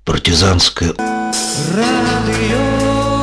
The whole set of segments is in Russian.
партизанское радио.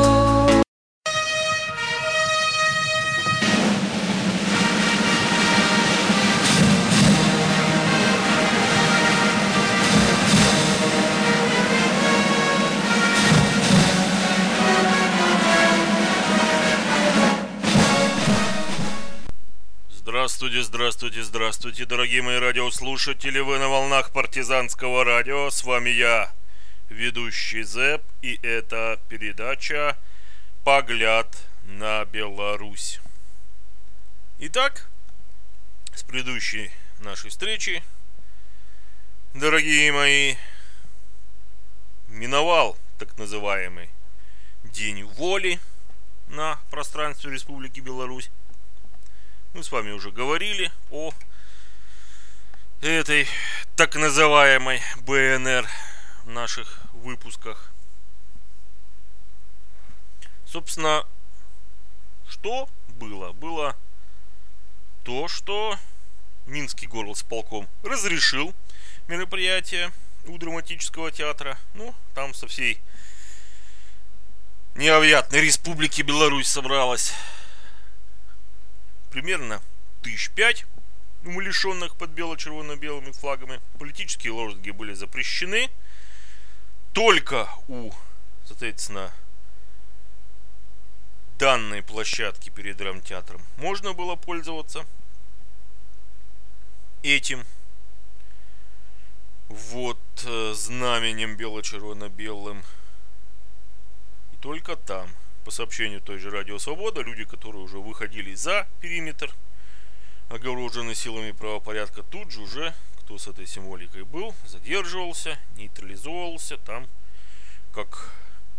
Здравствуйте, дорогие мои радиослушатели. Вы на волнах партизанского радио. С вами я, ведущий Зэп, и это передача «Погляд на Беларусь». Итак, с предыдущей нашей встречи, дорогие мои, миновал так называемый День воли на пространстве Республики Беларусь. Мы с вами уже говорили о этой так называемой БНР в наших выпусках. Собственно, что было? Было то, что Минский горосполком разрешил мероприятие у драматического театра. Ну, там со всей необъятной Республики Беларусь собралась примерно 5,000 умалишенных под бело-червоно-белыми флагами. Политические лозунги были запрещены. Только у, соответственно, данной площадки перед драмтеатром можно было пользоваться этим вот знаменем бело-червоно-белым. И только там. По сообщению той же Радио Свобода, люди, которые уже выходили за периметр, огороженный силами правопорядка, тут же уже, кто с этой символикой был, задерживался, нейтрализовывался. Там, как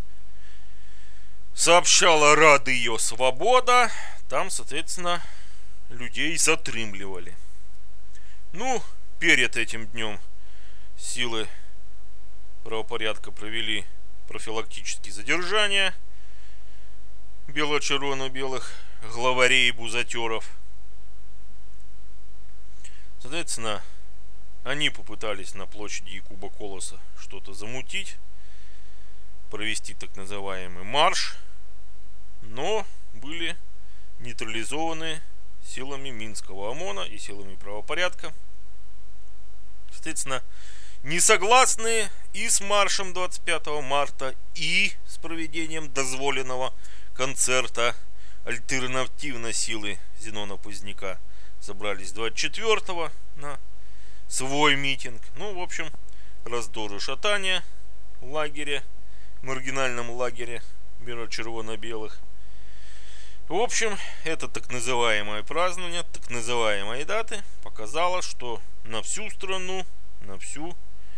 сообщала Радио Свобода, там, соответственно, людей затрымливали. Ну, перед этим днем силы правопорядка провели профилактические задержания бело-червоно-белых главарей и бузатеров. Соответственно, они попытались на площади Якуба Колоса что-то замутить, провести так называемый марш, но были нейтрализованы силами Минского ОМОНа и силами правопорядка. Соответственно, несогласные и с маршем 25 марта, и с проведением дозволенного концерта альтернативной силы Зенона Поздняка собрались 24-го на свой митинг. Ну, в общем, раздор и шатание в лагере, маргинальном лагере бело-червоно-белых. В общем, это так называемое празднование, так называемые даты показало, что на всю страну, на всю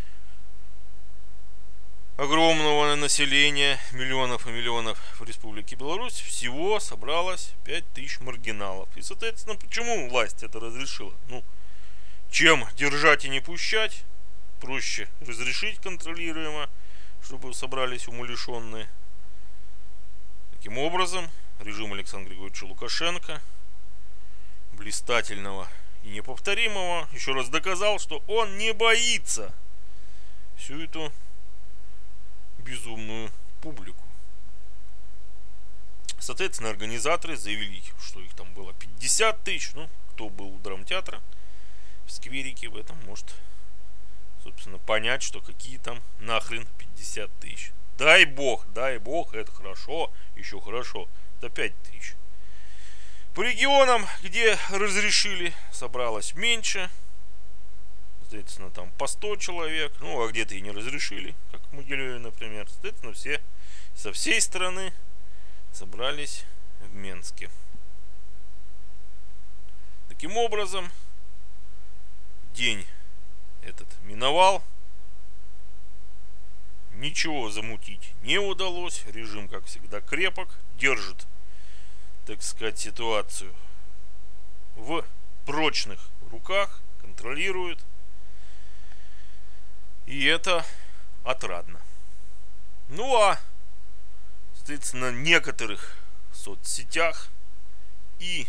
огромного населения, миллионов и миллионов в Республике Беларусь, всего собралось 5000 маргиналов. И, соответственно, почему власть это разрешила? Ну, чем держать и не пущать, проще разрешить контролируемо, чтобы собрались умалишенные. Таким образом, режим Александра Григорьевича Лукашенко, блистательного и неповторимого, еще раз доказал, что он не боится всю эту безумную публику. Соответственно, организаторы заявили, что их там было 50 тысяч. Ну, кто был у драмтеатра в скверике в этом, может, собственно, понять, что какие там нахрен 50 тысяч. Дай бог, это хорошо, еще хорошо, до 5 тысяч. По регионам, где разрешили, собралось меньше. Соответственно, там по 100 человек. Ну, а где-то и не разрешили, как в Могилеве, например. Соответственно, все со всей страны собрались в Минске. Таким образом, день этот миновал. Ничего замутить не удалось. Режим, как всегда, крепок. Держит, так сказать, ситуацию в прочных руках. Контролирует. И это отрадно. Ну а, соответственно, в некоторых соцсетях и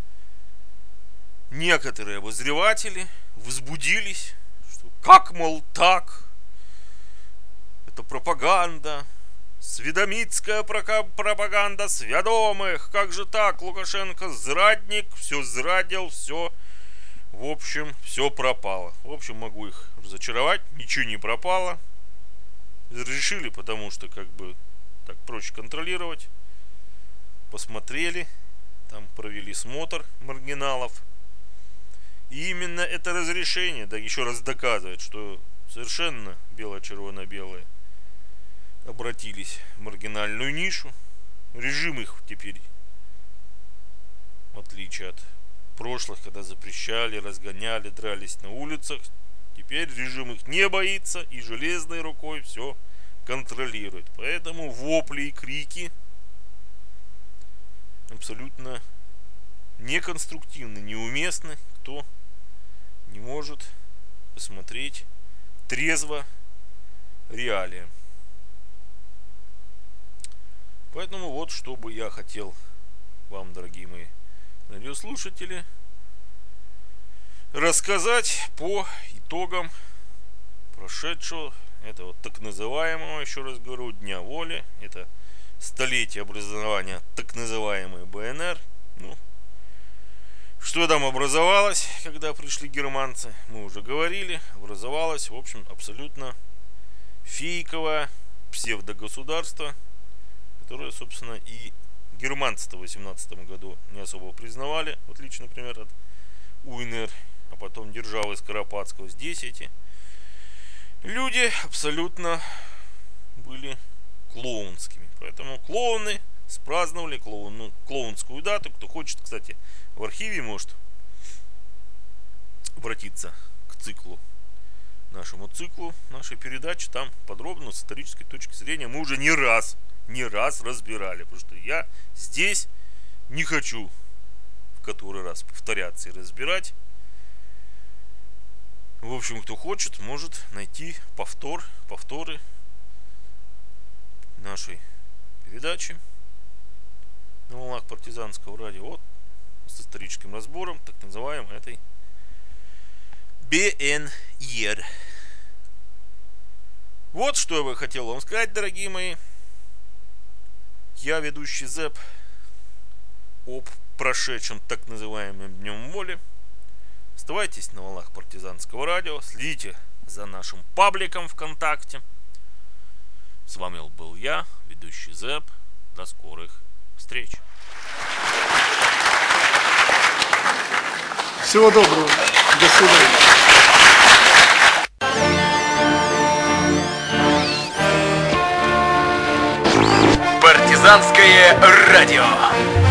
некоторые обозреватели возбудились, что как, мол, так? Это пропаганда, сведомицкая пропаганда свядомых. Как же так? Лукашенко зрадник, все зрадил, все. В общем, все пропало. В общем, могу их разочаровать. Ничего не пропало. Решили, потому что как бы так проще контролировать. Посмотрели. Там провели смотр маргиналов. И именно это разрешение, да еще раз доказывает, что совершенно бело-червоно-белые обратились в маргинальную нишу. Режим их теперь, в отличие от прошлых, когда запрещали, разгоняли, дрались на улицах, теперь режим их не боится и железной рукой все контролирует. Поэтому вопли и крики абсолютно неконструктивны, неуместны. Кто не может посмотреть трезво реалии. Поэтому вот что бы я хотел вам, дорогие мои радиослушатели, рассказать по итогам прошедшего этого так называемого, еще раз говорю, Дня воли. Это столетие образования так называемой БНР. Ну, что там образовалось, когда пришли германцы, мы уже говорили. Образовалось, в общем, абсолютно фейковое псевдогосударство, которое, собственно, и германцы-то в 18 году не особо признавали, в отличие, например, от УНР, а потом державы Скоропадского. Здесь эти люди абсолютно были клоунскими. Поэтому клоуны спраздновали клоунскую дату. Кто хочет, кстати, в архиве может обратиться к циклу, нашему циклу, нашей передачи. Там подробно, с исторической точки зрения, мы уже не раз разбирали. Потому что я здесь не хочу в который раз повторяться и разбирать. В общем, кто хочет, может найти повторы нашей передачи на волнах партизанского радио. Вот с историческим разбором так называемой этой БНР. Вот что я бы хотел вам сказать, дорогие мои. Я, ведущий ЗЭП, об прошедшем так называемом Днем воли. Оставайтесь на волнах партизанского радио, следите за нашим пабликом ВКонтакте. С вами был я, ведущий ЗЭП. До скорых встреч. Всего доброго. До свидания. Партизанское радио.